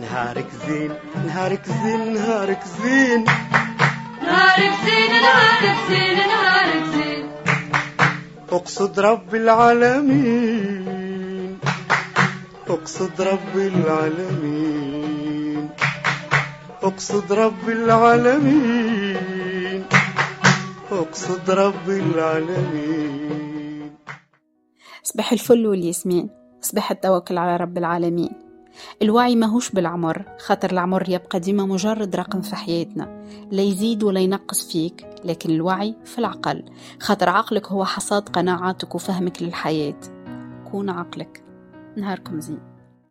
نهارك زين نهارك زين نهارك زين نهارك زين نهارك زين نهارك زين. اقصد رب العالمين اقصد رب العالمين اقصد رب العالمين اقصد رب العالمين. صباح الفل والياسمين، صباح التوكل على رب العالمين. الوعي ماهوش بالعمر، خاطر العمر يبقى ديما مجرد رقم في حياتنا، لا يزيد ولا ينقص فيك، لكن الوعي في العقل، خاطر عقلك هو حصاد قناعاتك وفهمك للحياة. كون عقلك. نهاركم زين.